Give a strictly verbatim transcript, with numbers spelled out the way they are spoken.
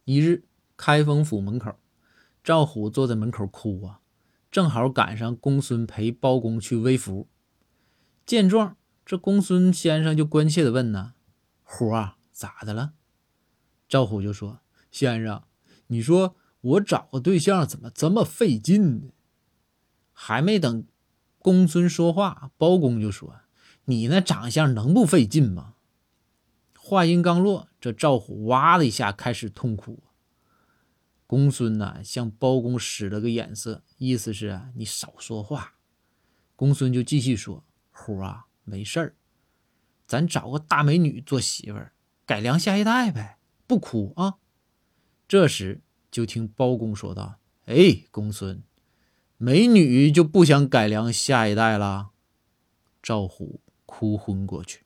一日，开封府门口，赵虎坐在门口哭啊，正好赶上公孙陪包公去微服。见状，这公孙先生就关切地问呢：虎啊，咋的了？赵虎就说：先生，你说我找个对象怎么这么费劲呢？还没等公孙说话，包公就说：你那长相能不费劲吗？话音刚落，这赵虎哇的一下开始痛哭。公孙呢、啊、向包公使了个眼色，意思是啊，你少说话。公孙就继续说：虎啊，没事儿，咱找个大美女做媳妇儿，改良下一代呗，不哭啊。这时就听包公说道：哎，公孙，美女就不想改良下一代了？赵虎哭昏过去。